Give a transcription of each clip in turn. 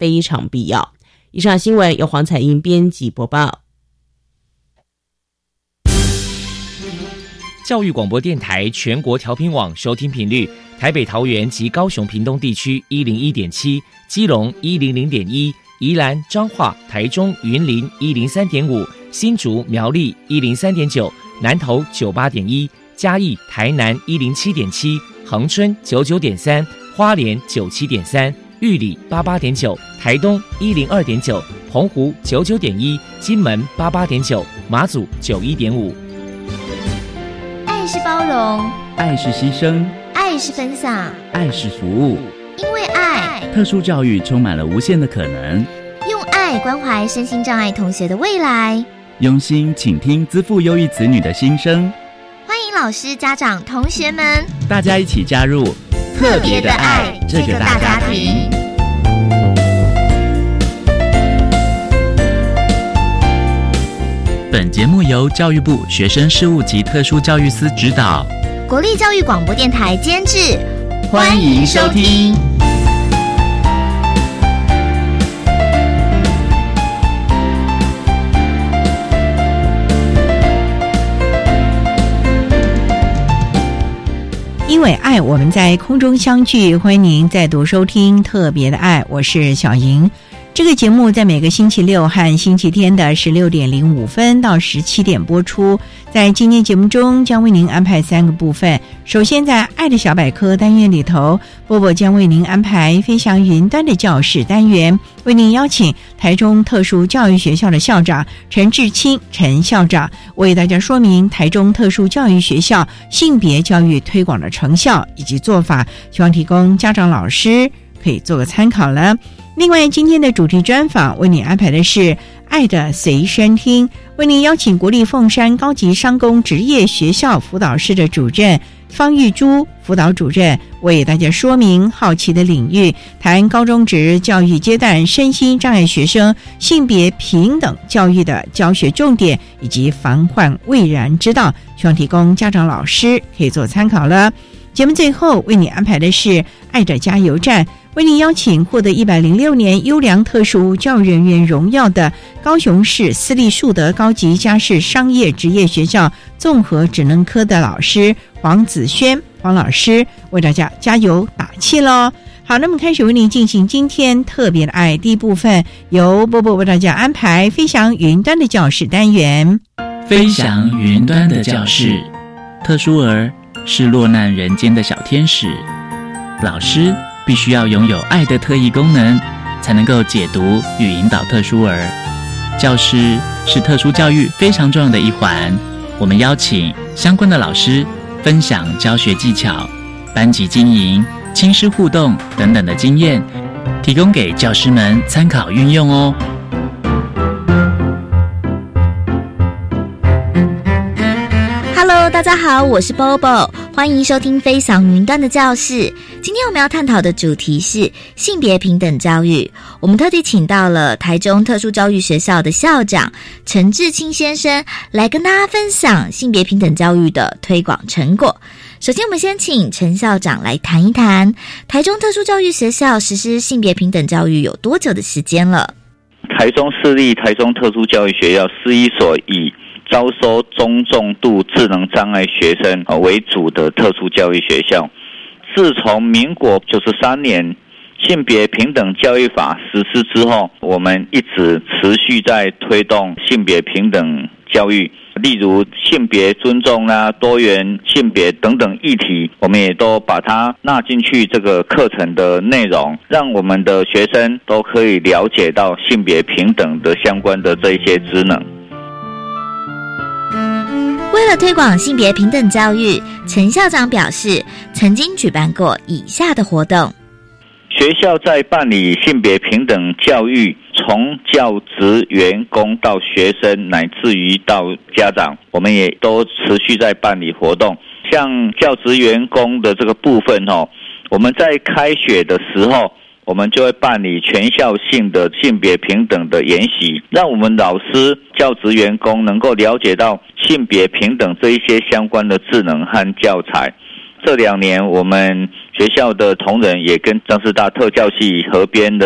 非常必要。以上新闻由黄彩英编辑播报。 教育广播电台全国调频网收听频率：台北、桃园及高雄屏东地区101.7，基隆100.1，宜兰、彰化、台中、云林103.5，新竹、苗栗103.9，南投98.1，嘉义、台南107.7，恒春99.3，花莲97.3，玉里88.9，台东102.9，澎湖99.1，金门88.9，马祖91.5。 爱是包容， 爱是牺牲， 爱是分享， 爱是服务。 因为爱， 特殊教育充满了无限的可能。 用爱关怀身心障碍同学的未来， 用心倾听资赋优异子女的心声。 欢迎老师、家长、同学们， 大家一起加入特别的爱这个大家庭。 本节目由教育部学生事务及特殊教育司指导， 国立教育广播电台监制， 欢迎收听。 因为爱，我们在空中相聚，欢迎您再度收听特别的爱，我是小莹。这个节目在每个星期六和星期天的16:05到17点播出。在今天节目中将为您安排3个部分。首先在爱的小百科单元里头，波波将为您安排飞翔云端的教室单元，为您邀请台中特殊教育学校的校长陈志清陈校长为大家说明台中特殊教育学校性别教育推广的成效以及做法，希望提供家长老师可以做个参考了。另外，今天的主题专访为你安排的是爱的随身听，为您邀请国立凤山高级商工职业学校辅导室的主任方玉珠辅导主任，为大家说明好奇的领域，谈高中职教育阶段身心障碍学生性别平等教育的教学重点以及防患未然之道，希望提供家长老师可以做参考了。节目最后为你安排的是爱的加油站，为您邀请获得106年优良特殊教育人员荣耀的高雄市私立树德高级家事商业职业学校综合职能科的老师黄子轩黄老师，为大家加油打气咯。好，那么开始为您进行今天特别的爱第一部分，由波波为大家安排飞翔云端的教室单元。 飞翔云端的教室，特殊儿是落难人间的小天使，老师必须要拥有爱的特异功能，才能够解读与引导特殊儿。教师是特殊教育非常重要的一环，我们邀请相关的老师分享教学技巧、班级经营、亲师互动等等的经验，提供给教师们参考运用哦。 Hello， 大家好，我是 Bobo， 欢迎收听飞翔云端的教室。今天我们要探讨的主题是性别平等教育。我们特地请到了台中特殊教育学校的校长陈志清先生来跟大家分享性别平等教育的推广成果。首先我们先请陈校长来谈一谈台中特殊教育学校实施性别平等教育有多久的时间了。 台中市立台中特殊教育学校是一所以招收中重度智能障碍学生为主的特殊教育学校。自从民国93年性别平等教育法实施之后，我们一直持续在推动性别平等教育，例如性别尊重多元性别等等议题，我们也都把它纳进去这个课程的内容，让我们的学生都可以了解到性别平等的相关的这一些职能。 为了推广性别平等教育，陈校长表示曾经举办过以下的活动。 学校在办理性别平等教育，从教职员工到学生乃至于到家长，我们也都持续在办理活动。像教职员工的这个部分我们在开学的时候，我们就会办理全校性的性别平等的研习，让我们老师、教职员工能够了解到性别平等这一些相关的智能和教材。这2年，我们学校的同仁也跟彰师大特教系合编的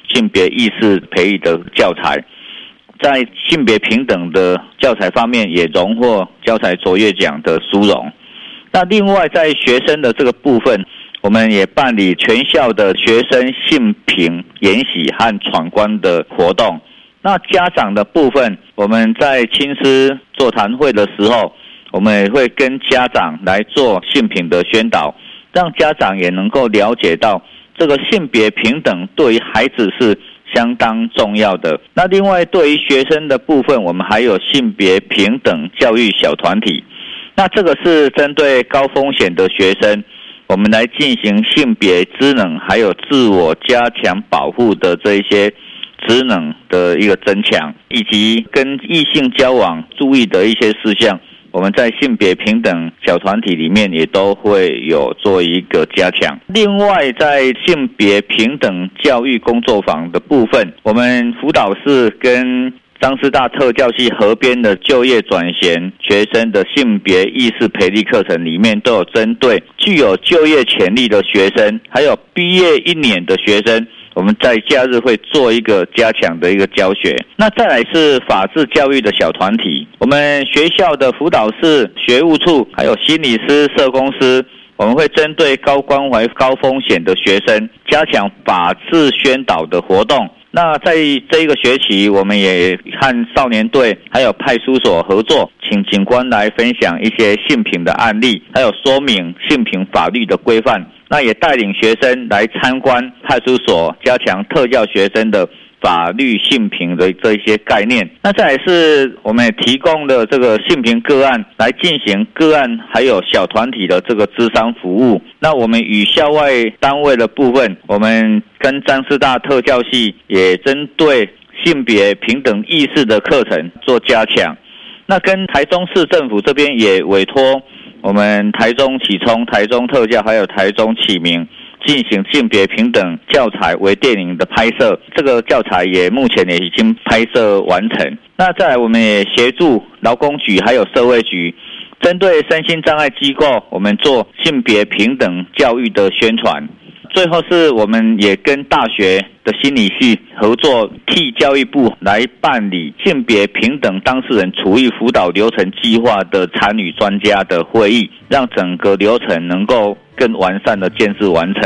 性别意识培育的教材。在性别平等的教材方面也荣获教材卓越奖的殊荣。那另外在学生的这个部分，我们也办理全校的学生性平研习和闯关的活动。那家长的部分，我们在亲师座谈会的时候，我们也会跟家长来做性平的宣导，让家长也能够了解到这个性别平等对于孩子是相当重要的。那另外对于学生的部分，我们还有性别平等教育小团体，那这个是针对高风险的学生，我们来进行性别知能还有自我加强保护的这一些知能的一个增强，以及跟异性交往注意的一些事项，我们在性别平等小团体里面也都会有做一个加强。另外在性别平等教育工作坊的部分，我们辅导室跟彰师大特教系合编的就业转衔学生的性别意识培力课程里面，都有针对具有就业潜力的学生，还有毕业1年的学生，我们在假日会做一个加强的一个教学。那再来是法治教育的小团体，我们学校的辅导室、学务处还有心理师、社工师，我们会针对高关怀高风险的学生加强法治宣导的活动。那在这一个学期，我们也和少年队还有派出所合作，请警官来分享一些性平的案例，还有说明性平法律的规范。那也带领学生来参观派出所，加强特教学生的法律性平的这一些概念。那再来是我们也提供了这个性平个案来进行个案还有小团体的这个諮商服务。那我们与校外单位的部分，我们跟彰师大特教系也针对性别平等意识的课程做加强。那跟台中市政府这边也委托我们台中启聪、台中特教还有台中启明进行性别平等教材微电影的拍摄，这个教材也目前也已经拍摄完成。那再来我们也协助劳工局还有社会局，针对身心障碍机构，我们做性别平等教育的宣传。最后是我们也跟大学的心理系合作，替教育部来办理性别平等当事人处遇辅导流程计划的参与专家的会议，让整个流程能够更完善的建设完成。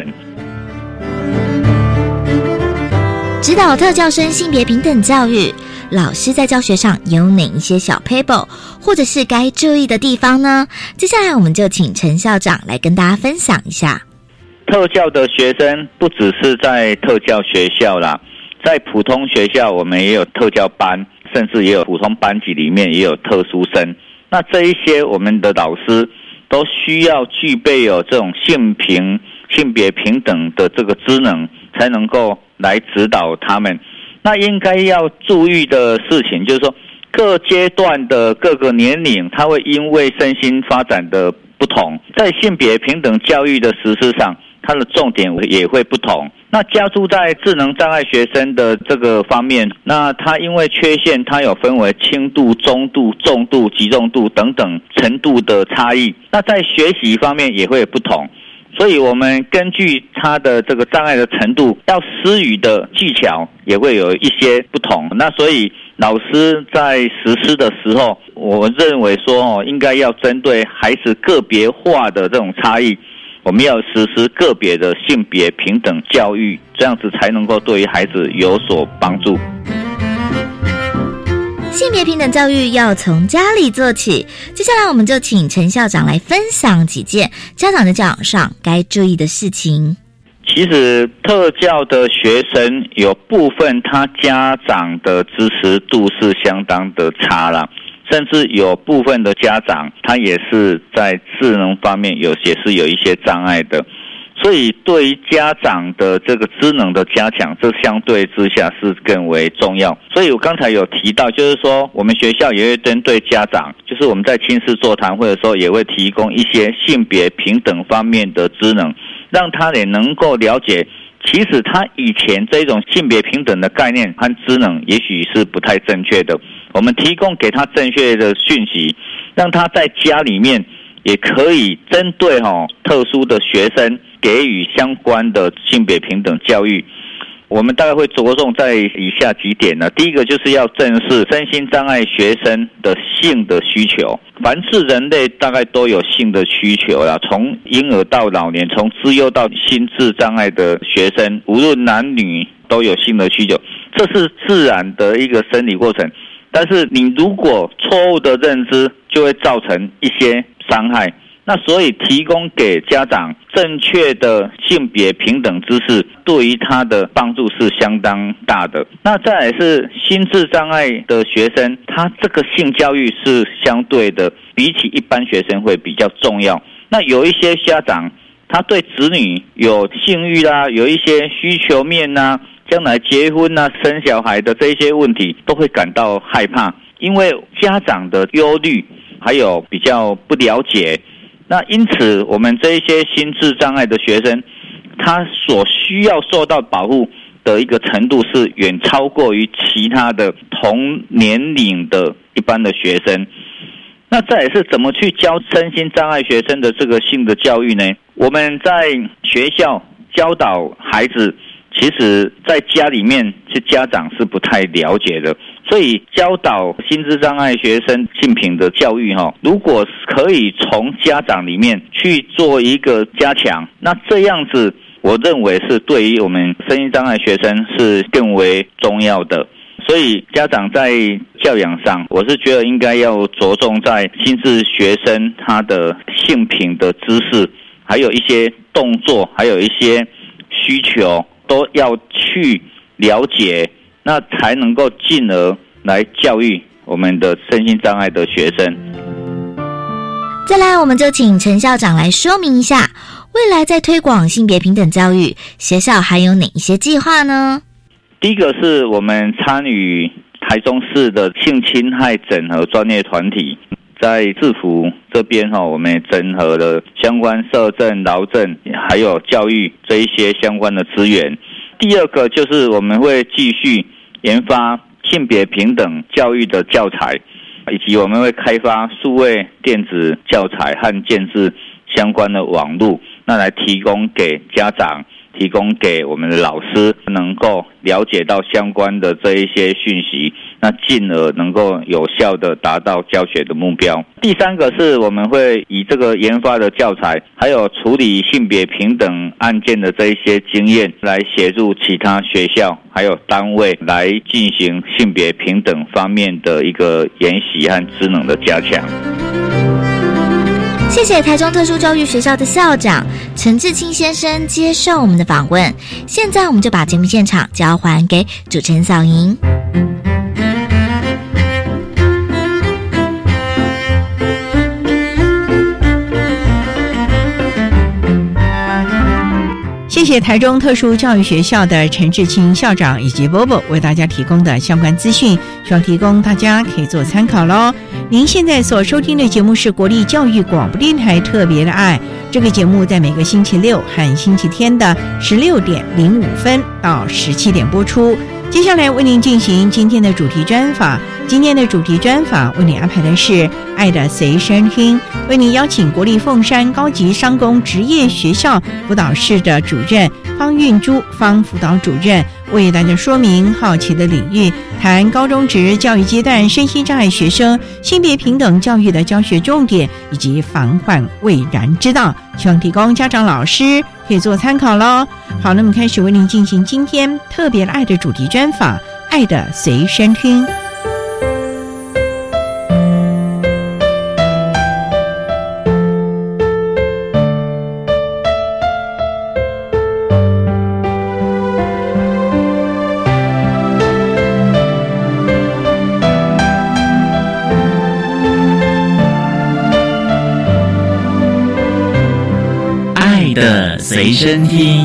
指导特教生性别平等教育，老师在教学上有哪一些小 paper 或者是该注意的地方呢？接下来我们就请陈校长来跟大家分享一下。 特教的学生不只是在特教学校啦，在普通学校我们也有特教班，甚至也有普通班级里面也有特殊生。那这一些我们的老师都需要具备有这种性别平等的这个知能，才能够来指导他们。那应该要注意的事情就是说，各阶段的各个年龄，它会因为身心发展的不同，在性别平等教育的实施上，它的重点也会不同。那加注在智能障碍学生的这个方面，那它因为缺陷，它有分为轻度、中度、重度、极重度等等程度的差异。那在学习方面也会不同，所以我们根据它的这个障碍的程度，要施予的技巧也会有一些不同。那所以老师在实施的时候，我认为说应该要针对孩子个别化的这种差异，我们要实施个别的性别平等教育，这样子才能够对于孩子有所帮助。 性别平等教育要从家里做起，接下来我们就请陈校长来分享几件家长在教养上该注意的事情。 其实特教的学生有部分他家长的支持度是相当的差啦，甚至有部分的家长他也是在智能方面也是有一些障碍的，所以对于家长的这个智能的加强，这相对之下是更为重要。所以我刚才有提到，就是说我们学校也会针对家长，就是我们在亲师座谈会的时候也会提供一些性别平等方面的智能，让他也能够了解，其实他以前这种性别平等的概念和知能也许是不太正确的，我们提供给他正确的讯息，让他在家里面也可以针对特殊的学生给予相关的性别平等教育。 我们大概会着重在以下几点呢。第一个就是要正视身心障碍学生的性的需求。凡是人类大概都有性的需求啦，从婴儿到老年，从资优到心智障碍的学生，无论男女都有性的需求，这是自然的一个生理过程。但是你如果错误的认知，就会造成一些伤害。那所以提供给家长正确的性别平等知识，对于他的帮助是相当大的。那再来是心智障碍的学生，他这个性教育是相对的比起一般学生会比较重要。那有一些家长他对子女有性欲啦，有一些需求面啦，将来结婚啦、生小孩的这一些问题都会感到害怕，因为家长的忧虑还有比较不了解。那因此我们这一些心智障碍的学生，他所需要受到保护的一个程度是远超过于其他的同年龄的一般的学生。那再来是怎么去教身心障碍学生的这个性的教育呢？我们在学校教导孩子，其实在家里面是家长是不太了解的，所以教导心智障碍学生性平的教育如果可以从家长里面去做一个加强，那这样子我认为是对于我们身心障碍学生是更为重要的。所以家长在教养上，我是觉得应该要着重在心智学生他的性平的知识，还有一些动作，还有一些需求都要去了解，那才能够进而来教育我们的身心障碍的学生。 再来，我们就请陈校长来说明一下，未来在推广性别平等教育，学校还有哪一些计划呢？ 第一个是我们参与台中市的性侵害整合专业团体，在制服这边我们也整合了相关社政、劳政还有教育这一些相关的资源。第二个就是我们会继续研发性别平等教育的教材，以及我们会开发数位电子教材和建制相关的网络，那来提供给家长，提供给我们的老师，能够了解到相关的这一些讯息，那进而能够有效的达到教学的目标。第三个是我们会以这个研发的教材，还有处理性别平等案件的这一些经验，来协助其他学校还有单位来进行性别平等方面的一个研习和职能的加强。 谢谢台中特殊教育学校的校长陈志清先生接受我们的访问。现在我们就把节目现场交还给主持人小莹。 谢谢台中特殊教育学校的陈志清校长以及 Bobo 为大家提供的相关资讯，希望提供大家可以做参考咯。您现在所收听的节目是国立教育广播电台特别的爱，这个节目在每个星期六和星期天的16:05到17点播出。接下来为您进行今天的主题专访，今天的主题专访为您安排的是爱的随身听，为您邀请国立凤山高级商工职业学校辅导室的主任方韵珠方辅导主任为大家说明好奇的领域，谈高中职教育阶段身心障碍学生性别平等教育的教学重点以及防患未然之道，希望提供家长老师可以做参考咯。好，那么开始为您进行今天特别的爱的主题专访，爱的随身听。 爱的随身听。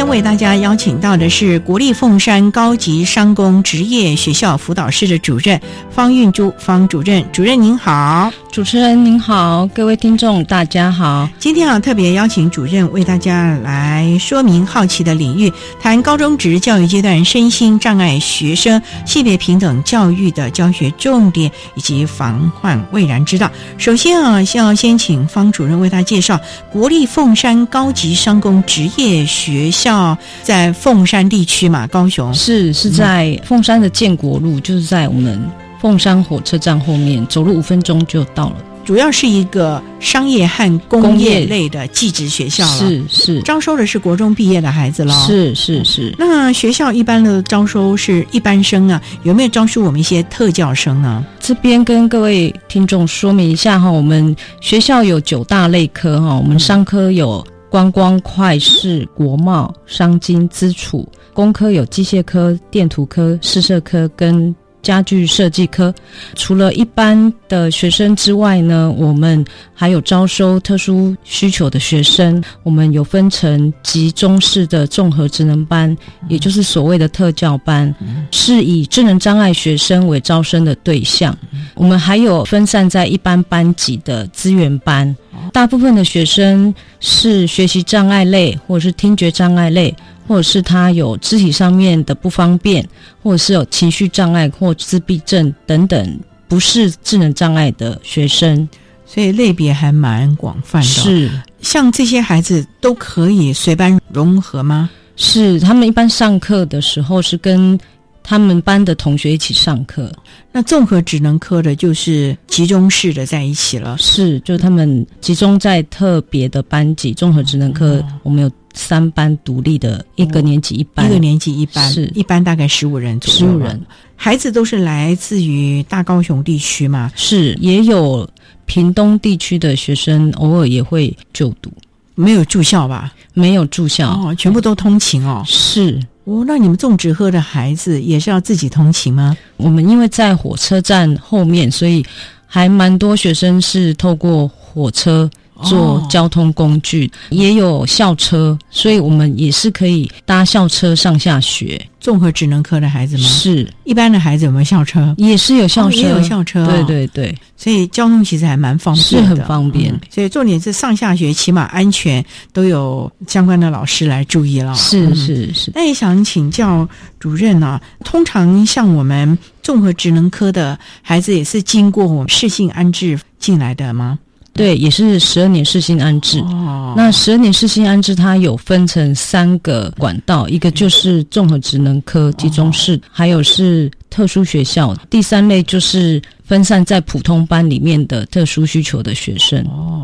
为大家邀请到的是国立凤山高级商工职业学校辅导室的主任方韵珠方主任。主任您好。 主持人您好，各位听众大家好。 今天特别邀请主任为大家来说明好奇的领域，谈高中职教育阶段身心障碍学生性别平等教育的教学重点以及防患未然之道。首先要先请方主任为大家介绍国立凤山高级商工职业学校，在凤山地区嘛，高雄是在凤山的建国路，就是在我们凤山火车站后面，走路5分钟就到了。 主要是一个商业和工业类的技职学校了， 是招收的是国中毕业的孩子了， 是。 那学校一般的招收是一般生啊，有没有招收我们一些特教生呢？ 这边跟各位听众说明一下我们学校有9大类科我们商科有观光、会计、国贸、商经、资处，工科有机械科、电图科、试射科跟家具设计科。除了一般的学生之外呢，我们还有招收特殊需求的学生，我们有分成集中式的综合职能班，也就是所谓的特教班，是以智能障碍学生为招生的对象。我们还有分散在一般班级的资源班，大部分的学生是学习障碍类，或者是听觉障碍类，或者是他有肢体上面的不方便，或者是有情绪障碍或自闭症等等不是智能障碍的学生， 所以类别还蛮广泛的。 是， 像这些孩子都可以随班融合吗？ 是，他们一般上课的时候是跟他们班的同学一起上课。 那综合职能科的就是集中式的在一起了， 是，就他们集中在特别的班级。综合职能科我们有3班独立的，一个年级一班， 一个年级一班， 是一班大概15人左右。15人，孩子都是来自于大高雄地区嘛？ 是，也有屏东地区的学生偶尔也会就读。 没有住校吧？ 没有住校， 全部都通勤哦。 是。 那你们种植科的孩子也是要自己通勤吗？ 我们因为在火车站后面，所以还蛮多学生是透过火车做交通工具，也有校车，所以我们也是可以搭校车上下学。 综合职能科的孩子吗？ 是。 一般的孩子有没有校车？ 也是有校车， 也有校车。 对， 所以交通其实还蛮方便的， 是很方便。 所以重点是上下学起码安全都有相关的老师来注意了。 是。 那也想请教主任通常像我们综合职能科的孩子也是经过我们适性安置进来的吗？ 对，也是12年适性安置。那12年适性安置它有分成3个管道，一个就是综合职能科集中式，还有是特殊学校，第3类就是分散在普通班里面的特殊需求的学生。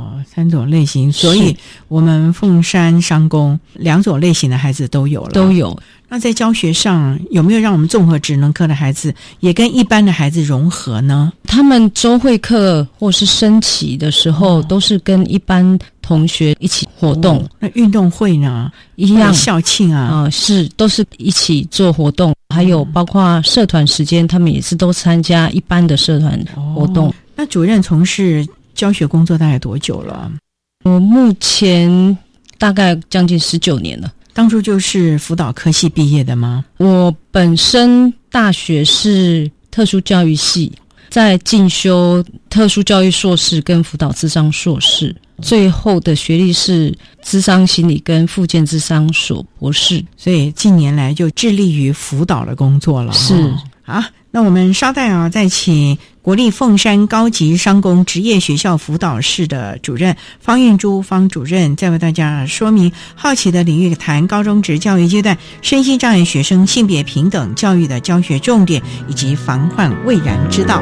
3种类型，所以我们凤山商工2种类型的孩子都有了。 都有。 那在教学上有没有让我们综合职能科的孩子也跟一般的孩子融合呢？ 他们周会课或是升旗的时候都是跟一般同学一起活动。 那运动会呢？ 一样， 校庆是都是一起做活动，还有包括社团时间他们也是都参加一般的社团活动。 那主任从事教学工作大概多久了？ 我目前大概将近19年了。 当初就是辅导科系毕业的吗？ 我本身大学是特殊教育系，在进修特殊教育硕士跟辅导諮商硕士，最后的学历是諮商心理跟复健諮商所博士， 所以近年来就致力于辅导的工作了。 是。 好，那我们稍待再请国立凤山高级商工职业学校辅导室的主任方韵珠方主任再为大家说明好奇的领域，谈高中职教育阶段身心障碍学生性别平等教育的教学重点以及防患未然之道。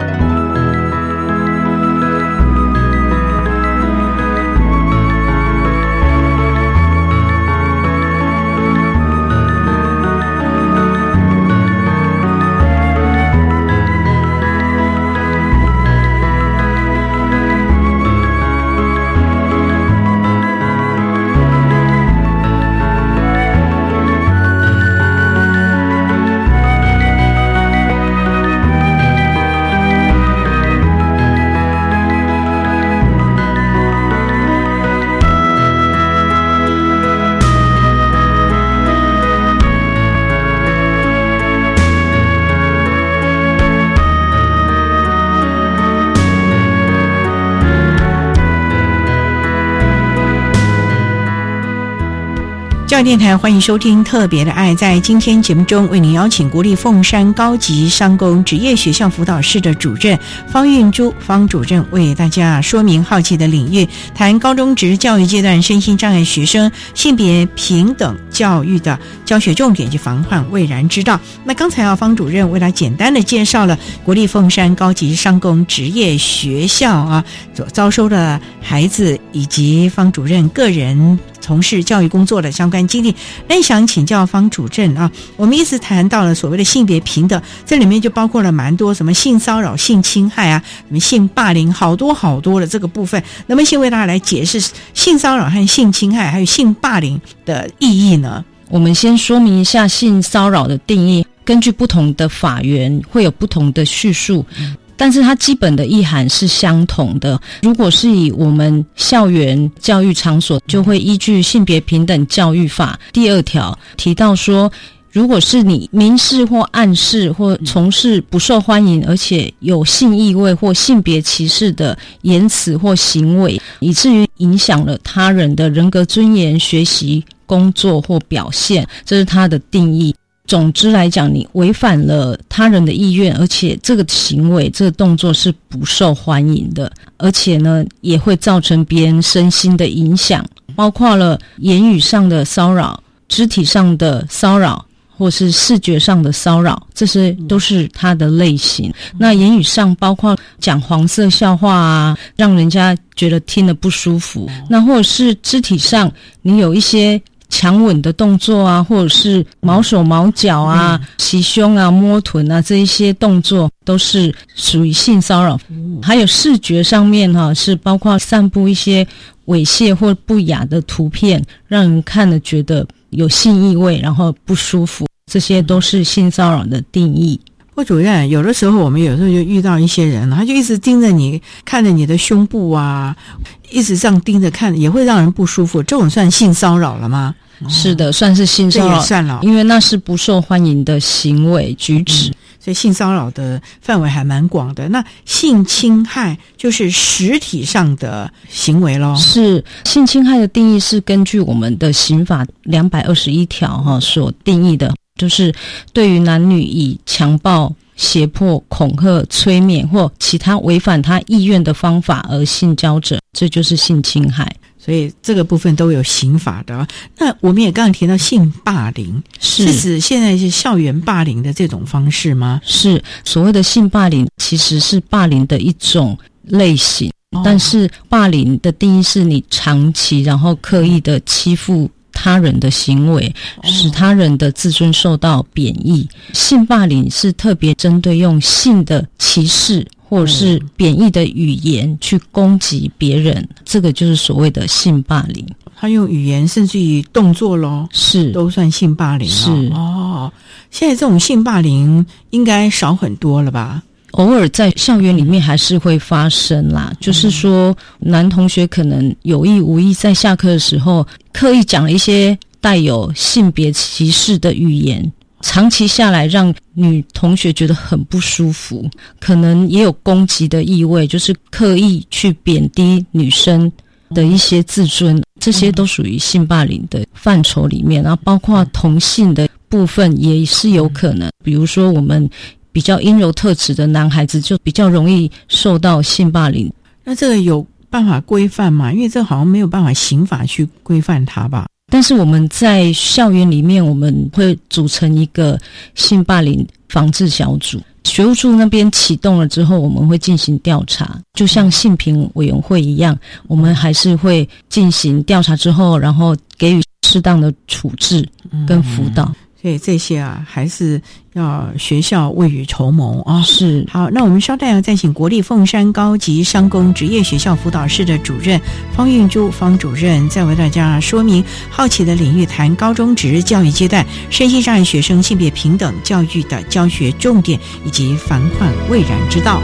教育电台，欢迎收听特别的爱。在今天节目中，为您邀请国立凤山高级商工职业学校辅导室的主任方韵珠方主任为大家说明好奇的领域，谈高中职教育阶段身心障碍学生性别平等教育的教学重点及防患未然之道。那刚才方主任为他简单的介绍了国立凤山高级商工职业学校所招收的孩子以及方主任个人从事教育工作的相关经历。那想请教方主任我们一直谈到了所谓的性别平等，这里面就包括了蛮多什么性骚扰、性侵害什么性霸凌，好多的这个部分。能不能先为大家来解释性骚扰和性侵害还有性霸凌的意义呢？ 我们先说明一下性骚扰的定义，根据不同的法源会有不同的叙述，但是它基本的意涵是相同的。如果是以我们校园教育场所，就会依据性别平等教育法第2条提到说，如果是你明示或暗示或从事不受欢迎而且有性意味或性别歧视的言辞或行为，以至于影响了他人的人格尊严、学习、工作或表现，这是它的定义。总之来讲，你违反了他人的意愿，而且这个行为、这个动作是不受欢迎的，而且呢，也会造成别人身心的影响，包括了言语上的骚扰、肢体上的骚扰，或是视觉上的骚扰，这些都是它的类型。那言语上包括讲黄色笑话让人家觉得听得不舒服。那或者是肢体上，你有一些强吻的动作或者是毛手毛脚袭胸摸臀这一些动作都是属于性骚扰。还有视觉上面是包括散布一些猥亵或不雅的图片，让人看了觉得有性意味，然后不舒服，这些都是性骚扰的定义。 郭主任，有的时候我们有时候就遇到一些人，他就一直盯着你，看着你的胸部一直这样盯着看，也会让人不舒服，这种算性骚扰了吗？ 是的，算是性骚扰， 这也算了， 因为那是不受欢迎的行为举止。 所以性骚扰的范围还蛮广的。那性侵害就是实体上的行为咯。 是，性侵害的定义是根据我们的刑法221条所定义的，就是对于男女以强暴、胁迫、恐吓、催眠或其他违反他意愿的方法而性交者，这就是性侵害。 所以这个部分都有刑法的。那我们也刚刚提到性霸凌，是指现在是校园霸凌的这种方式吗？ 是，所谓的性霸凌其实是霸凌的一种类型，但是霸凌的定义是你长期然后刻意的欺负他人的行为，使他人的自尊受到贬义。性霸凌是特别针对用性的歧视或者是贬义的语言去攻击别人，这个就是所谓的性霸凌。 他用语言甚至于动作咯， 是都算性霸凌是现在这种性霸凌应该少很多了吧？ 偶尔在校园里面还是会发生啦，就是说男同学可能有意无意在下课的时候刻意讲了一些带有性别歧视的语言，长期下来让女同学觉得很不舒服，可能也有攻击的意味，就是刻意去贬低女生的一些自尊，这些都属于性霸凌的范畴里面。然后包括同性的部分也是有可能，比如说我们比较阴柔特质的男孩子就比较容易受到性霸凌。 那这个有办法规范吗？因为这好像没有办法刑法去规范它吧。 但是我们在校园里面，我们会组成一个性霸凌防治小组，学务处那边启动了之后，我们会进行调查，就像性平委员会一样，我们还是会进行调查之后，然后给予适当的处置跟辅导。 所以这些还是要学校未雨绸缪是。 好，那我们稍待要再请国立凤山高级商工职业学校辅导室的主任方韵珠方主任再为大家说明好奇的领域，谈高中职教育阶段身心障碍学生性别平等教育的教学重点以及防患未然之道。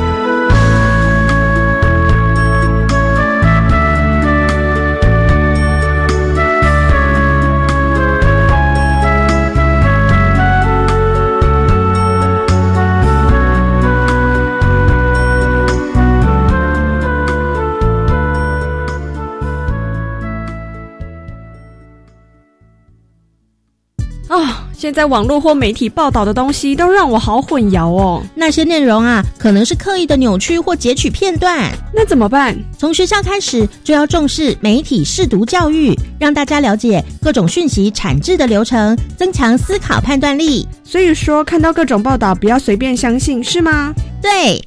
现在网络或媒体报道的东西都让我好混淆哦。 那些内容啊，可能是刻意的扭曲或截取片段。 那怎么办？ 从学校开始就要重视媒体识读教育，让大家了解各种讯息产制的流程，增强思考判断力。 所以说，看到各种报道不要随便相信，是吗？ 对。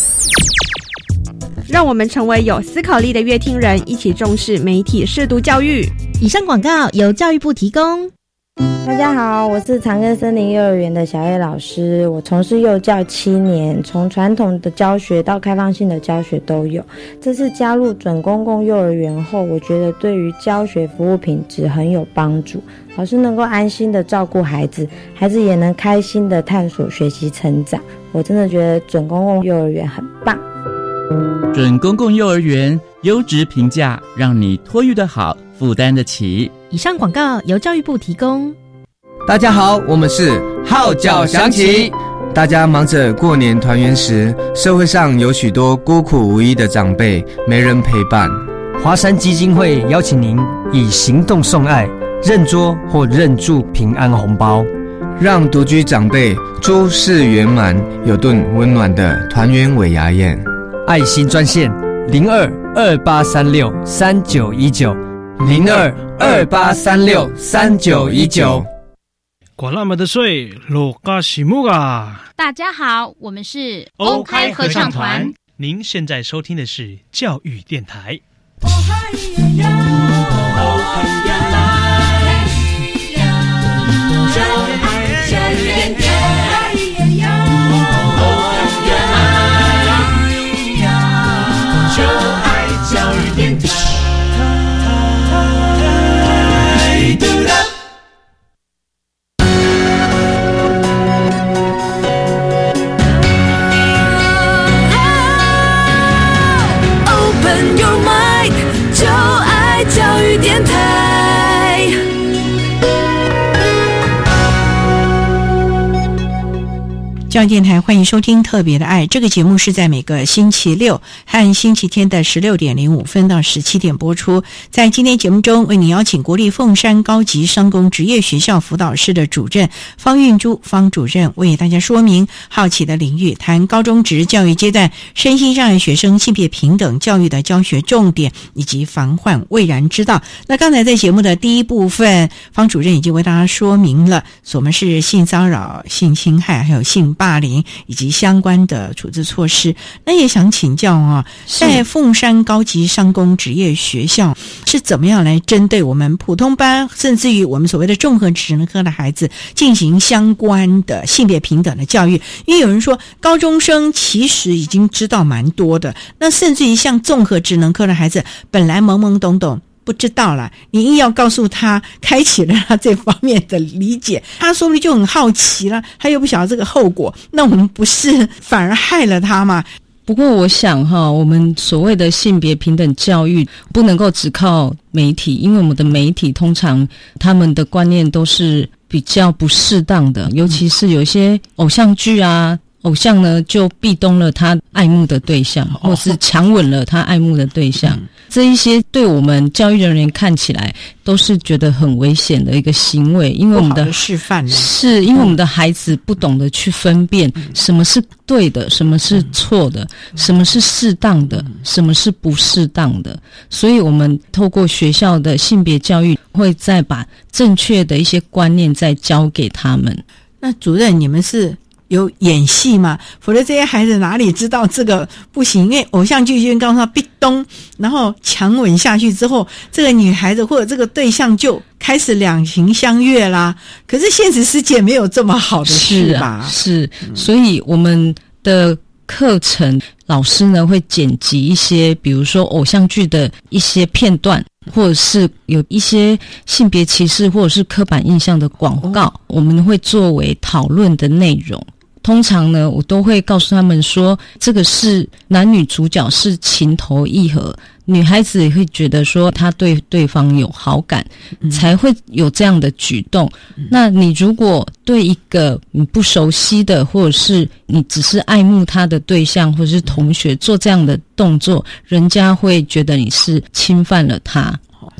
让我们成为有思考力的乐听人，一起重视媒体识读教育。 以上广告由教育部提供。 大家好，我是长庚森林幼儿园的小叶老师，我从事幼教7年，从传统的教学到开放性的教学都有。这次加入准公共幼儿园后，我觉得对于教学服务品质很有帮助，老师能够安心的照顾孩子，孩子也能开心的探索学习成长。我真的觉得准公共幼儿园很棒。 准公共幼儿园优质评价，让你托育得好，负担得起。 以上广告由教育部提供。 大家好，我们是号角响起。大家忙着过年团圆时，社会上有许多孤苦无依的长辈，没人陪伴。 华山基金会邀请您以行动送爱，认桌或认住平安红包， 让独居长辈诸事圆满，有顿温暖的团圆尾牙宴。 爱心专线0228363919，0228363919。 管那么的水，罗嘎西木啊！ 大家好，我们是欧开合唱团。 您现在收听的是教育电台。 教育电台，欢迎收听特别的爱。这个节目是在每个星期六和星期天的16点05分到17点播出。在今天节目中，为您邀请国立凤山高级商工职业学校辅导室的主任方韵珠方主任为大家说明好奇的领域，谈高中职教育阶段身心障碍学生性别平等教育的教学重点以及防患未然之道。那刚才在节目的第一部分，方主任已经为大家说明了什么是性骚扰、性侵害还有性霸凌以及相关的处置措施。那也想请教啊，在凤山高级商工职业学校是怎么样来针对我们普通班甚至于我们所谓的综合职能科的孩子进行相关的性别平等的教育？因为有人说高中生其实已经知道蛮多的，那甚至于像综合职能科的孩子本来懵懵懂懂不知道啦，你硬要告诉他，开启了他这方面的理解，他说不定就很好奇了，他又不晓得这个后果，那我们不是反而害了他吗？ 不过我想我们所谓的性别平等教育不能够只靠媒体，因为我们的媒体通常他们的观念都是比较不适当的，尤其是有些偶像剧啊，偶像呢就壁咚了他爱慕的对象，或是强吻了他爱慕的对象，这一些对我们教育人员看起来都是觉得很危险的一个行为，因为我们的示范是因为我们的孩子不懂得去分辨什么是对的，什么是错的，什么是适当的，什么是不适当的，所以我们透过学校的性别教育会再把正确的一些观念再教给他们。 那主任，你们是有演戏吗？否则这些孩子哪里知道这个不行？因为偶像剧就告诉他壁咚，然后强吻下去之后，这个女孩子或者这个对象就开始两情相悦啦。可是现实世界没有这么好的事吧？ 是，所以我们的课程老师呢会剪辑一些，比如说偶像剧的一些片段，或者是有一些性别歧视或者是刻板印象的广告，我们会作为讨论的内容。通常呢，我都会告诉他们说，这个是男女主角是情投意合，女孩子也会觉得说她对对方有好感，才会有这样的举动。那你如果对一个你不熟悉的，或者是你只是爱慕他的对象或者是同学做这样的动作，人家会觉得你是侵犯了他。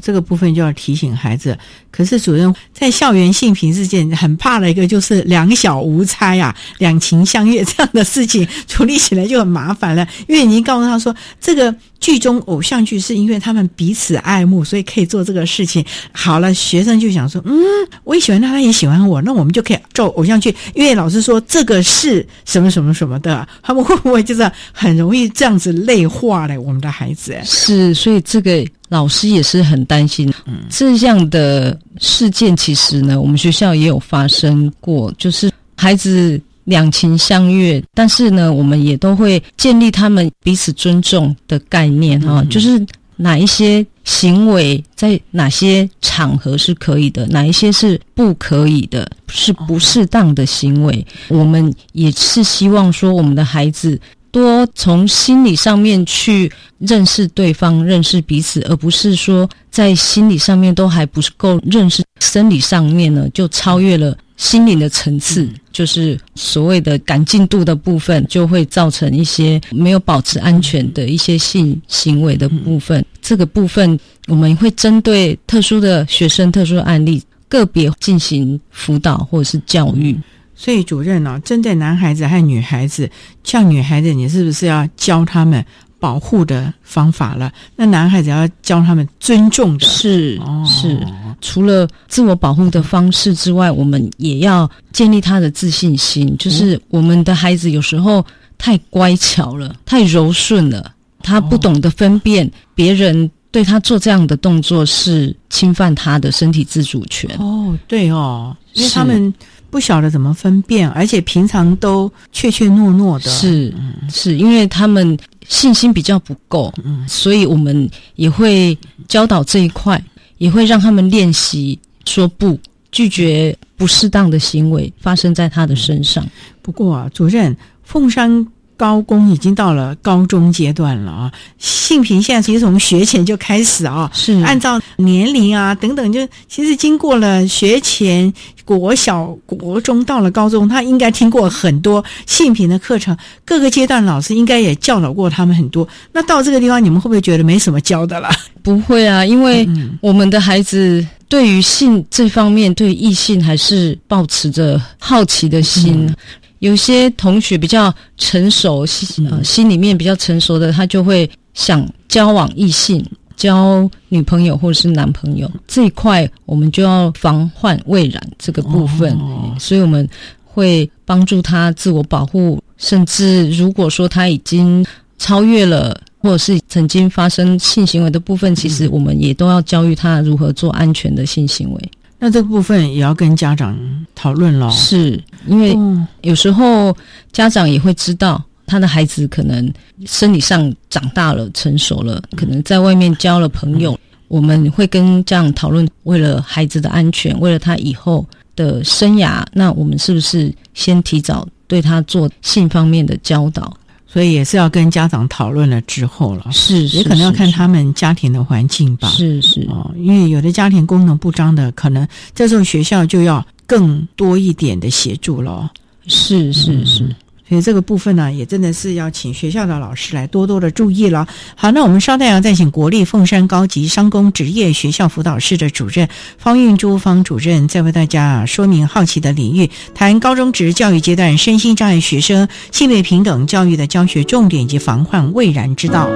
这个部分就要提醒孩子。可是主任在校园性平事件很怕的一个就是两小无猜啊，两情相悦这样的事情处理起来就很麻烦了，因为你已经告诉他说这个剧中偶像剧是因为他们彼此爱慕，所以可以做这个事情。好了，学生就想说我也喜欢他，他也喜欢我，那我们就可以做偶像剧，因为老师说这个是什么什么什么的，他们会不会就是很容易这样子类化了我们的孩子？ 是，所以这个老师也是很担心。这样的事件其实呢，我们学校也有发生过，就是孩子两情相悦，但是呢我们也都会建立他们彼此尊重的概念就是哪一些行为在哪些场合是可以的，哪一些是不可以的，是不适当的行为。我们也是希望说我们的孩子多从心理上面去认识对方，认识彼此，而不是说在心理上面都还不是够认识，生理上面呢就超越了心灵的层次，就是所谓的感进度的部分，就会造成一些没有保持安全的一些性行为的部分。这个部分我们会针对特殊的学生、特殊的案例个别进行辅导或者是教育。 所以主任针对男孩子和女孩子，像女孩子你是不是要教他们保护的方法了？那男孩子要教他们尊重的。 是，除了自我保护的方式之外，我们也要建立他的自信心。就是我们的孩子有时候太乖巧了，太柔顺了，他不懂得分辨别人对他做这样的动作是侵犯他的身体自主权。 对因为他们不晓得怎么分辨，而且平常都怯怯懦懦的。 是因为他们信心比较不够，所以我们也会教导这一块，也会让他们练习说不，拒绝不适当的行为发生在他的身上。 不过主任，凤山高工已经到了高中阶段了性平现在其实从学前就开始是按照年龄等等，就其实经过了学前、国小、国中，到了高中，他应该听过很多性平的课程，各个阶段老师应该也教导过他们很多。那到这个地方，你们会不会觉得没什么教的了？ 不会啊，因为我们的孩子对于性这方面，对异性还是抱持着好奇的心。有些同学比较成熟，心里面比较成熟的，他就会想交往异性，交女朋友或者是男朋友，这一块我们就要防患未然这个部分。所以我们会帮助他自我保护，甚至如果说他已经超越了或者是曾经发生性行为的部分，其实我们也都要教育他如何做安全的性行为。 那这个部分也要跟家长讨论咯。 是，因为有时候家长也会知道他的孩子可能生理上长大了、成熟了，可能在外面交了朋友，我们会跟家长讨论，为了孩子的安全，为了他以后的生涯，那我们是不是先提早对他做性方面的教导？ 所以也是要跟家长讨论了之后了，也可能要看他们家庭的环境吧。因为有的家庭功能不彰的，可能这时候学校就要更多一点的协助了。 是。 所以这个部分呢，也真的是要请学校的老师来多多的注意了。好，那我们稍待要再请国立凤山高级商工职业学校辅导室的主任方韵珠方主任，再为大家说明好奇的领域，谈高中职教育阶段身心障碍学生性别平等教育的教学重点以及防患未然之道。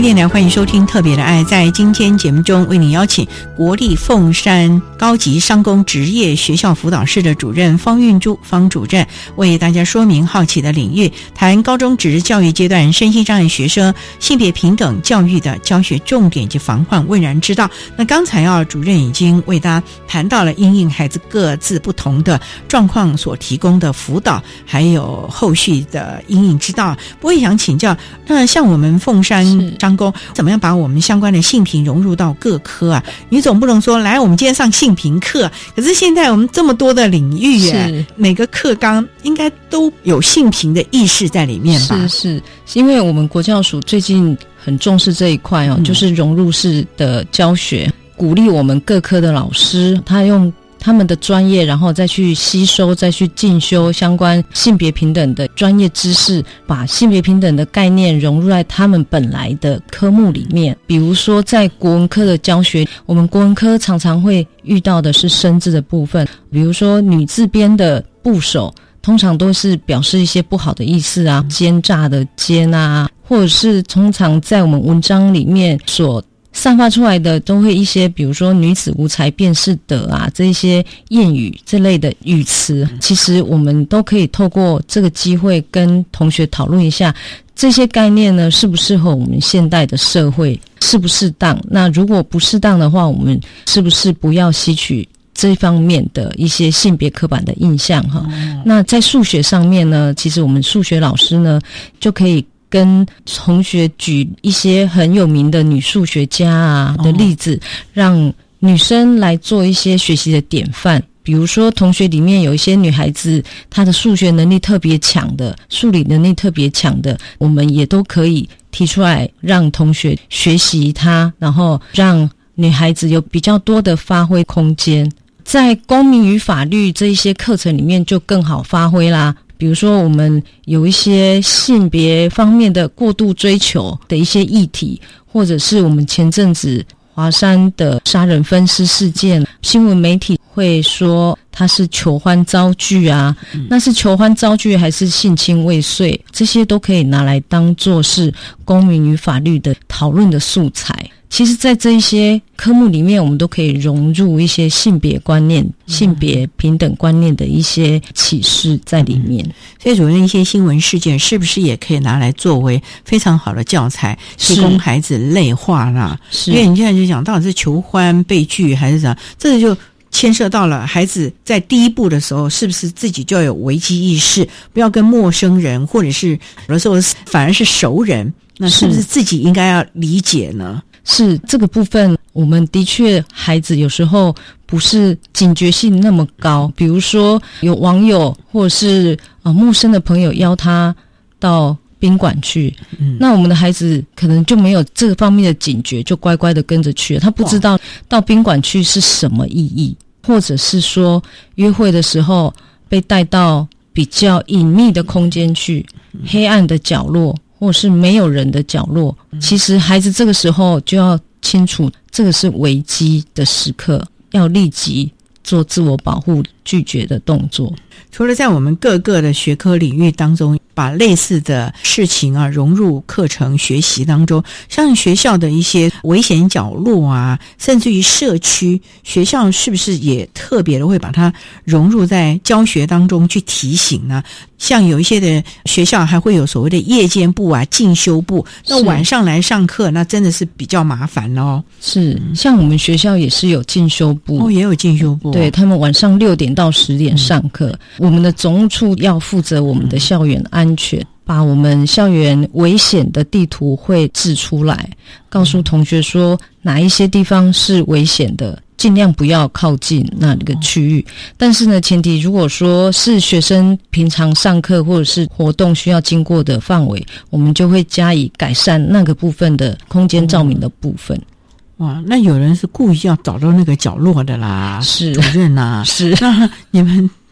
电台，欢迎收听特别的爱。在今天节目中，为你邀请国立凤山高级商工职业学校辅导室的主任方韵珠方主任，为大家说明好奇的领域，谈高中职教育阶段身心障碍学生性别平等教育的教学重点及防患问然之道。那刚才主任已经为大家谈到了因应孩子各自不同的状况所提供的辅导，还有后续的因应之道。不过也想请教，那像我们凤山商工怎么样把我们相关的性平融入到各科啊？你总不能说来我们今天上性平课，可是现在我们这么多的领域每个课纲应该都有性平的意识在里面吧？ 是因为我们国教署最近很重视这一块就是融入式的教学，鼓励我们各科的老师他用他们的专业，然后再去吸收，再去进修相关性别平等的专业知识，把性别平等的概念融入在他们本来的科目里面。比如说在国文科的教学，我们国文科常常会遇到的是生字的部分，比如说女字边的部首通常都是表示一些不好的意思啊，奸诈的奸啊，或者是通常在我们文章里面所散发出来的都会一些，比如说女子无才便是德啊，这些谚语这类的语词，其实我们都可以透过这个机会跟同学讨论一下，这些概念呢适不适合我们现代的社会，适不适当？那如果不适当的话，我们是不是不要吸取这方面的一些性别刻板的印象哈？那在数学上面呢，其实我们数学老师呢就可以跟同学举一些很有名的女数学家的例子，让女生来做一些学习的典范。比如说同学里面有一些女孩子她的数学能力特别强的，数理能力特别强的，我们也都可以提出来让同学学习她，然后让女孩子有比较多的发挥空间。在公民与法律这一些课程里面就更好发挥啦。比如说我们有一些性别方面的过度追求的一些议题，或者是我们前阵子华山的杀人分尸事件，新闻媒体会说他是求欢遭拒啊，那是求欢遭拒还是性侵未遂，这些都可以拿来当作是公民与法律的讨论的素材。其实在这一些科目里面，我们都可以融入一些性别观念、性别平等观念的一些启示在里面。 所以主任，一些新闻事件是不是也可以拿来作为非常好的教材，提供孩子类化啦？因为你现在就讲到底是求欢被拒还是什么，这就牵涉到了孩子在第一步的时候是不是自己就要有危机意识，不要跟陌生人或者是有的时候反而是熟人，那是不是自己应该要理解呢？ 是这个部分，我们的确孩子有时候不是警觉性那么高，比如说有网友或者是陌生的朋友邀他到宾馆去，那我们的孩子可能就没有这个方面的警觉，就乖乖的跟着去了，他不知道到宾馆去是什么意义，或者是说约会的时候被带到比较隐秘的空间去，黑暗的角落或是没有人的角落，其实孩子这个时候就要清楚，这个是危机的时刻，要立即做自我保护拒绝的动作。 除了在我们各个的学科领域当中把类似的事情融入课程学习当中，像学校的一些危险角落啊，甚至于社区，学校是不是也特别的会把它融入在教学当中去提醒呢？像有一些的学校还会有所谓的夜间部啊、进修部，那晚上来上课，那真的是比较麻烦哦。 是，像我们学校也是有进修部， 也有进修部， 对，他们晚上6点到10点上课。我们的总务处要负责我们的校园安全，把我们校园危险的地图绘制出来，告诉同学说哪一些地方是危险的，尽量不要靠近那个区域。但是呢，前提如果说是学生平常上课或者是活动需要经过的范围，我们就会加以改善那个部分的空间照明的部分。 哇，那有人是故意要找到那个角落的啦， 是主任啊， 是。 那你们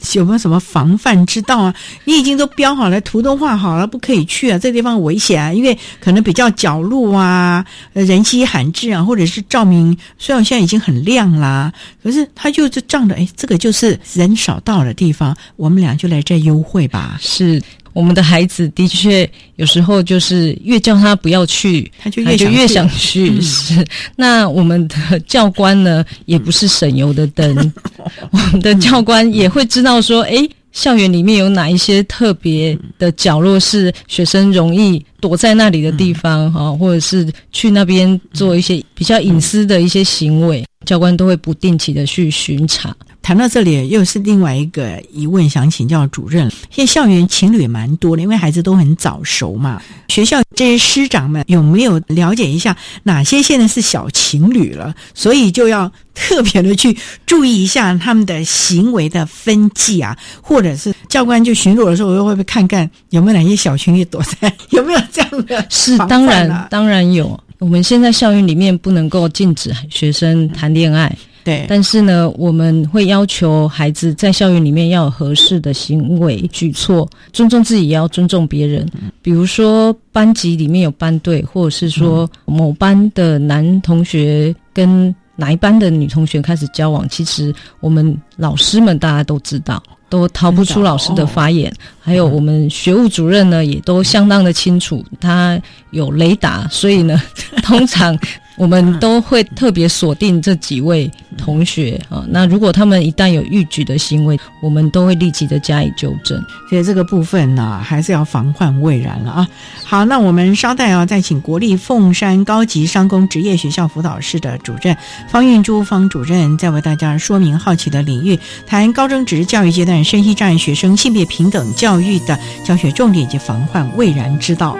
有没有什么防范之道啊？你已经都标好了，图都画好了，不可以去啊，这地方危险啊，因为可能比较角落啊，人迹罕至啊，或者是照明虽然现在已经很亮啦，可是它就是仗着这个就是人少到的地方，我们俩就来这优惠吧。 是。我们的孩子的确有时候就是越叫他不要去，他就越想去。是，那我们的教官呢，也不是省油的灯，我们的教官也会知道说，校园里面有哪一些特别的角落是学生容易躲在那里的地方或者是去那边做一些比较隐私的一些行为，教官都会不定期的去巡查。 谈到这里又是另外一个疑问想请教主任，现在校园情侣蛮多的，因为孩子都很早熟嘛，学校这些师长们有没有了解一下哪些现在是小情侣了，所以就要特别的去注意一下他们的行为的分际啊，或者是教官就巡逻的时候会不会看看有没有哪些小情侣躲在，有没有这样的是当然有。我们现在校园里面不能够禁止学生谈恋爱， 对， 但是呢，我们会要求孩子在校园里面要有合适的行为举措，尊重自己也要尊重别人。比如说班级里面有班队，或者是说某班的男同学跟哪一班的女同学开始交往，其实我们老师们大家都知道，都逃不出老师的法眼，还有我们学务主任呢也都相当的清楚，他有雷达，所以呢通常我们都会特别锁定这几位同学那如果他们一旦有逾矩的行为，我们都会立即的加以纠正。 所以这个部分呢还是要防患未然了啊。好，那我们稍待再请国立凤山高级商工职业学校辅导室的主任方韵珠方主任再为大家说明好奇的领域，谈高中职教育阶段身心障碍学生性别平等教育的教学重点以及防患未然之道。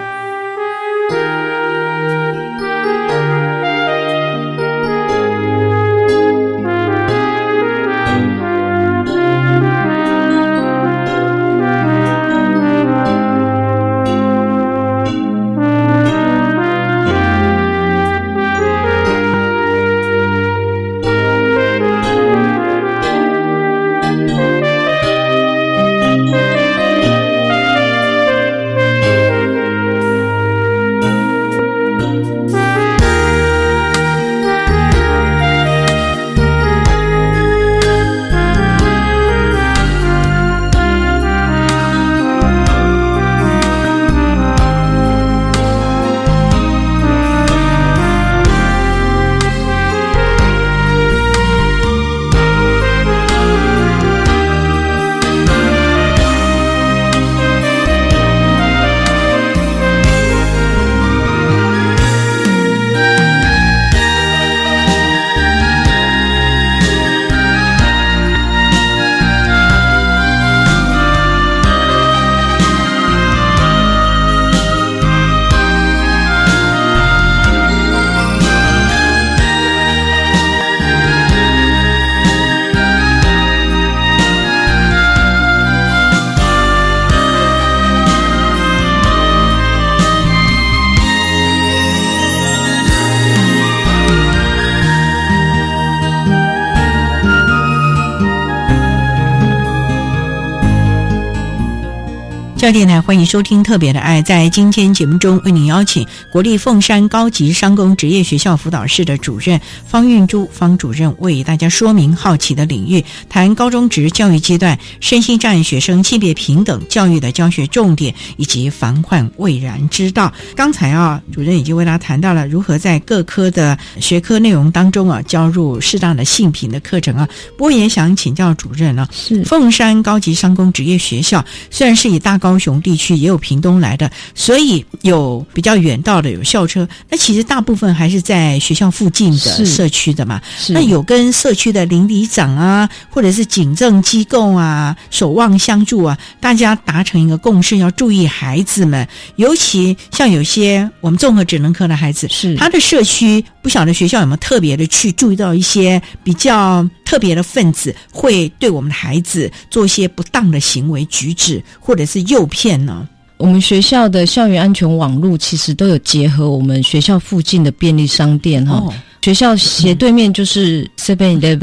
教育电台欢迎收听特别的爱，在今天节目中为您邀请国立凤山高级商工职业学校辅导室的主任方韵珠方主任为大家说明好奇的领域，谈高中职教育阶段身心障碍学生性别平等教育的教学重点以及防患未然之道。刚才主任已经为大家谈到了如何在各科的学科内容当中加入适当的性平的课程不过也想请教主任是凤山高级商工职业学校虽然是以大高雄地区也有屏东来的，所以有比较远道的有校车，那其实大部分还是在学校附近的社区的嘛。那有跟社区的邻里长或者是警政机构守望相助大家达成一个共识，要注意孩子们，尤其像有些我们综合职能科的孩子，他的社区不晓得学校有没有特别的去注意到一些比较特别的分子会对我们的孩子做一些不当的行为举止或者是诱骗呢？ 我们学校的校园安全网路其实都有结合我们学校附近的便利商店学校斜对面就是 7-Eleven，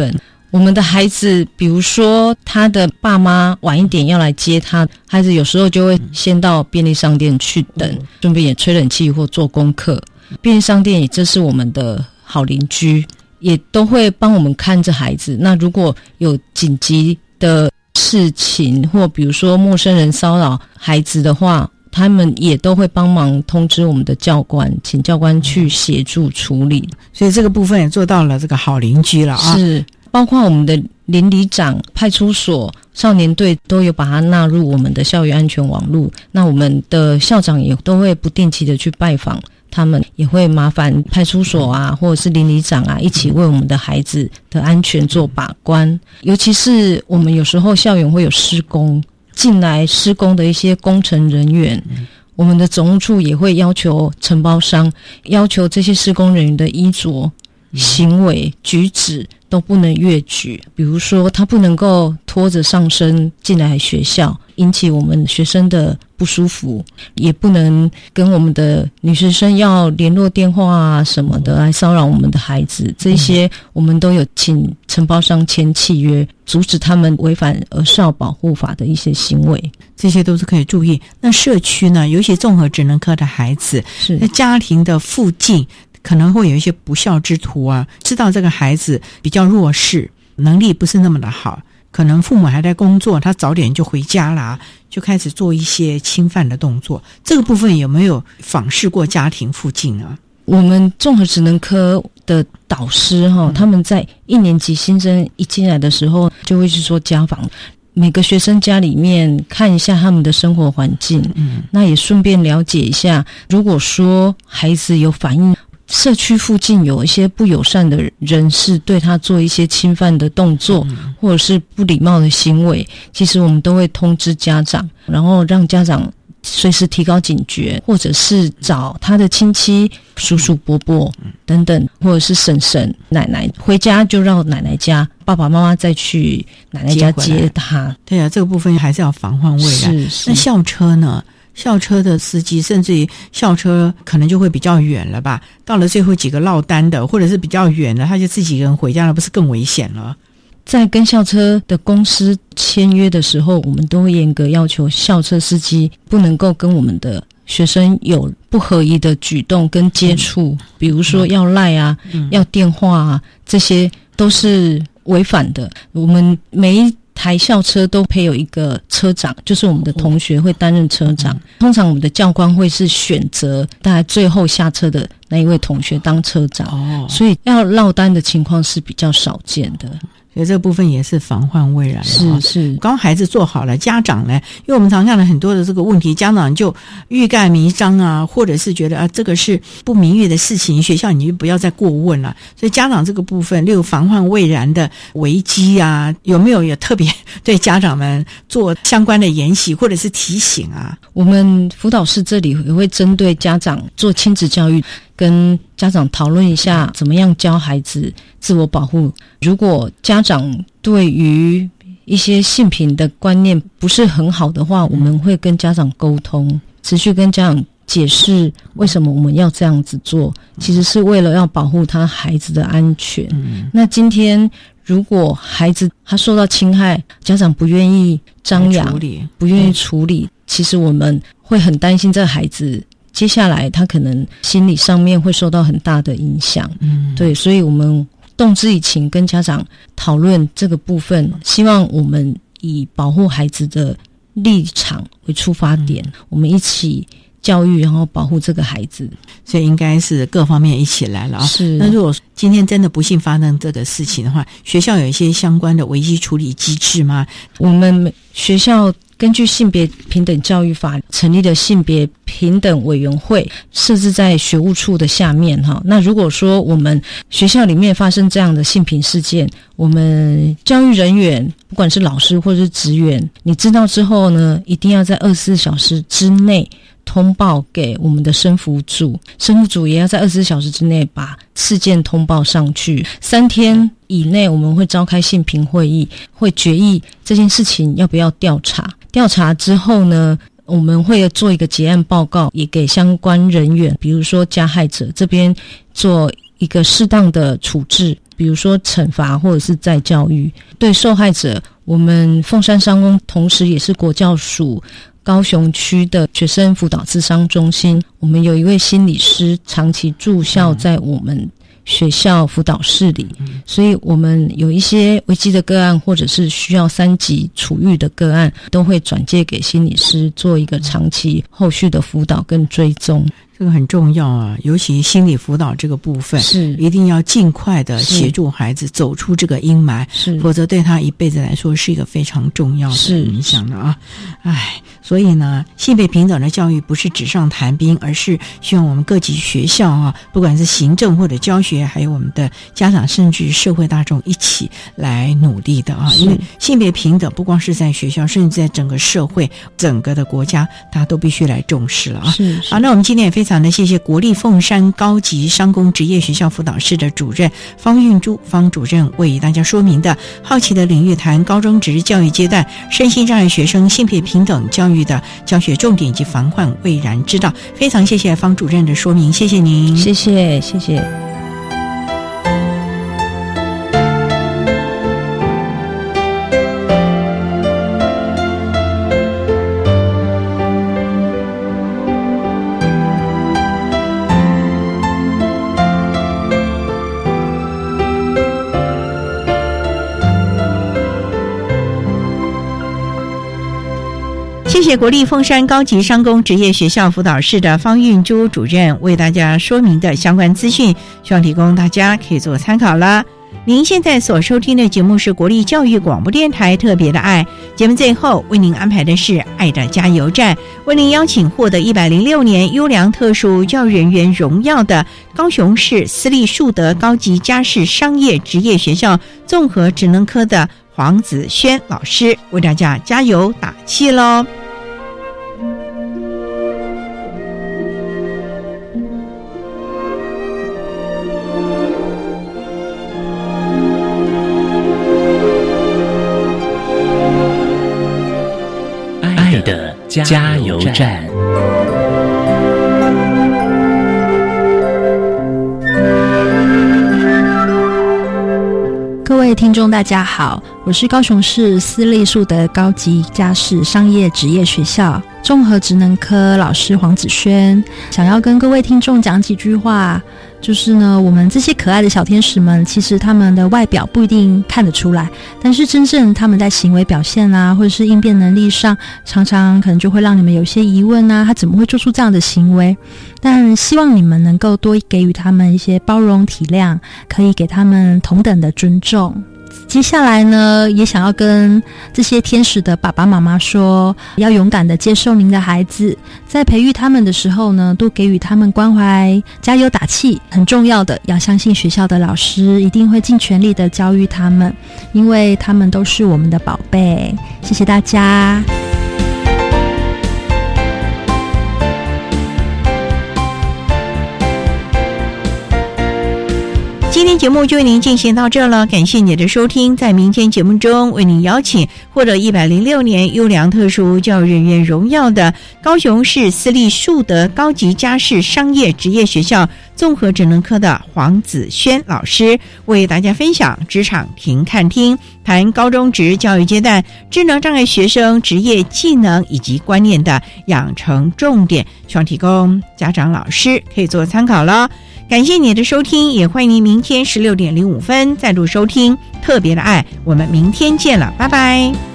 我们的孩子，比如说他的爸妈晚一点要来接他，孩子有时候就会先到便利商店去等，顺便也吹冷气或做功课。便利商店也这是我们的好邻居，也都会帮我们看着孩子。那如果有紧急的事情，或比如说陌生人骚扰孩子的话，他们也都会帮忙通知我们的教官，请教官去协助处理。 所以这个部分也做到了这个好邻居了啊。 是，包括我们的邻里长、派出所、少年队都有把它纳入我们的校园安全网路。那我们的校长也都会不定期的去拜访他们，也会麻烦派出所啊，或者是邻里长啊，一起为我们的孩子的安全做把关。尤其是我们有时候校园会有施工，进来施工的一些工程人员，我们的总务处也会要求承包商，要求这些施工人员的衣着、行为、举止都不能越矩。比如说他不能够拖着上身进来学校，引起我们学生的不舒服，也不能跟我们的女学生要联络电话啊什么的来骚扰我们的孩子。这些我们都有请承包商签契约，阻止他们违反儿少保护法的一些行为， 这些都是可以注意。那社区呢，尤其综合职能科的孩子，在家庭的附近可能会有一些不孝之徒啊，知道这个孩子比较弱势，能力不是那么的好，可能父母还在工作，他早点就回家啦，就开始做一些侵犯的动作。这个部分有没有访视过家庭附近啊？ 我们综合职能科的导师他们在1年级新生一进来的时候就会去做家访，每个学生家里面看一下他们的生活环境，那也顺便了解一下，如果说孩子有反映社区附近有一些不友善的人士对他做一些侵犯的动作，或者是不礼貌的行为，其实我们都会通知家长，然后让家长随时提高警觉，或者是找他的亲戚、叔叔伯伯等等，或者是婶婶、奶奶，回家就让奶奶家，爸爸妈妈再去奶奶家接他。 对啊，这个部分还是要防患未然。那校车呢？校车的司机，甚至于校车可能就会比较远了吧，到了最后几个落单的，或者是比较远的，他就自己一个人回家了，不是更危险了？ 在跟校车的公司签约的时候，我们都会严格要求校车司机不能够跟我们的学生有不合宜的举动跟接触，比如说要赖啊、要电话啊，这些都是违反的。我们每一台校车都配有一个车长，就是我们的同学会担任车长。通常我们的教官会是选择大概最后下车的那一位同学当车长，所以要落单的情况是比较少见的。 所以这个部分也是防患未然。 是， 刚孩子做好了，家长呢，因为我们常看了很多的这个问题，家长就欲盖弥彰啊，或者是觉得这个是不明悦的事情，学校你就不要再过问了。所以家长这个部分，例如防患未然的危机啊，有没有也特别对家长们做相关的研习或者是提醒啊？ 我们辅导室这里也会针对家长做亲子教育，跟家长讨论一下怎么样教孩子自我保护。如果家长对于一些性平的观念不是很好的话，我们会跟家长沟通，持续跟家长解释为什么我们要这样子做，其实是为了要保护他孩子的安全。那今天如果孩子他受到侵害，家长不愿意张扬，不愿意处理，其实我们会很担心这个孩子接下来他可能心理上面会受到很大的影响。对，所以我们动之以情跟家长讨论这个部分，希望我们以保护孩子的立场为出发点，我们一起教育，然后保护这个孩子。 所以应该是各方面一起来了啊。 是。 那如果今天真的不幸发生这个事情的话，学校有一些相关的危机处理机制吗？ 我们学校根据性别平等教育法成立的性别平等委员会，设置在学务处的下面哈。那如果说我们学校里面发生这样的性平事件，我们教育人员不管是老师或者是职员，你知道之后呢，一定要在24小时之内通报给我们的生辅组，生辅组也要在24小时之内把事件通报上去。3天以内我们会召开性平会议，会决议这件事情要不要调查。调查之后呢，我们会做一个结案报告，也给相关人员，比如说加害者这边做一个适当的处置， 比如说惩罚或者是再教育。对受害者，我们凤山商工同时也是国教署高雄区的学生辅导咨商中心，我们有一位心理师长期驻校在我们学校辅导室里，所以我们有一些危机的个案或者是需要3级处遇的个案，都会转介给心理师做一个长期后续的辅导跟追踪。 这个很重要啊，尤其心理辅导这个部分是一定要尽快的协助孩子走出这个阴霾，否则对他一辈子来说是一个非常重要的影响的啊。所以呢，性别平等的教育不是纸上谈兵，而是希望我们各级学校啊，不管是行政或者教学，还有我们的家长甚至社会大众一起来努力的啊。因为性别平等不光是在学校，甚至在整个社会、整个的国家，大家都必须来重视了啊。好，那我们今天也非常的谢谢国立凤山高级商工职业学校辅导室的主任方韵珠方主任为大家说明的好奇的领域谈高中职教育阶段身心障碍学生性别平等教育的教学重点以及防患未然之道。非常谢谢方主任的说明，谢谢您。 谢谢，谢谢。 谢谢国立凤山高级商工职业学校辅导室的方韵珠主任为大家说明的相关资讯，希望提供大家可以做参考了。您现在所收听的节目是国立教育广播电台特别的爱节目，最后为您安排的是爱的加油站，为您邀请获得106年优良特殊教育人员荣耀的高雄市私立树德高级家事商业职业学校综合职能科的黄子轩老师为大家加油打气咯。 爱的加油站。 各位听众大家好，我是高雄市私立树德高级家事商业职业学校综合职能科老师黄子轩，想要跟各位听众讲几句话。就是呢，我们这些可爱的小天使们，其实他们的外表不一定看得出来，但是真正他们在行为表现啊，或者是应变能力上，常常可能就会让你们有些疑问啊，他怎么会做出这样的行为？但希望你们能够多给予他们一些包容体谅，可以给他们同等的尊重。接下来呢，也想要跟这些天使的爸爸妈妈说，要勇敢的接受您的孩子，在培育他们的时候呢，多给予他们关怀，加油打气。很重要的，要相信学校的老师一定会尽全力的教育他们，因为他们都是我们的宝贝。谢谢大家。 今天节目就为您进行到这了，感谢你的收听。在明天节目中，为您邀请获得106年优良特殊教育人员荣耀的高雄市私立树德高级家事商业职业学校综合职能科的黄子轩老师，为大家分享职场停看听，谈高中职教育阶段智能障碍学生职业技能以及观念的养成重点，希望提供家长老师可以做参考了。感谢你的收听，也欢迎您明天16:05再度收听特别的爱，我们明天见了，拜拜。